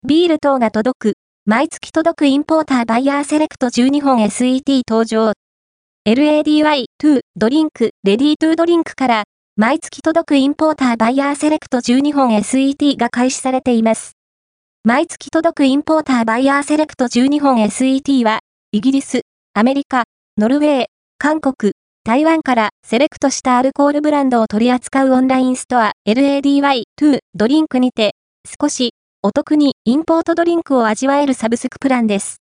ビール等が届く。毎月届くインポーターバイヤーセレクト12本 SET 登場。LADY2 ドリンク、レディートゥドリンクから、毎月届くインポーターバイヤーセレクト12本 SET が開始されています。毎月届くインポーターバイヤーセレクト12本 SET は、イギリス、アメリカ、ノルウェー、韓国、台湾からセレクトしたアルコールブランドを取り扱うオンラインストア LADY2 ドリンクにて、少しお得にインポートドリンクを味わえるサブスクプランです。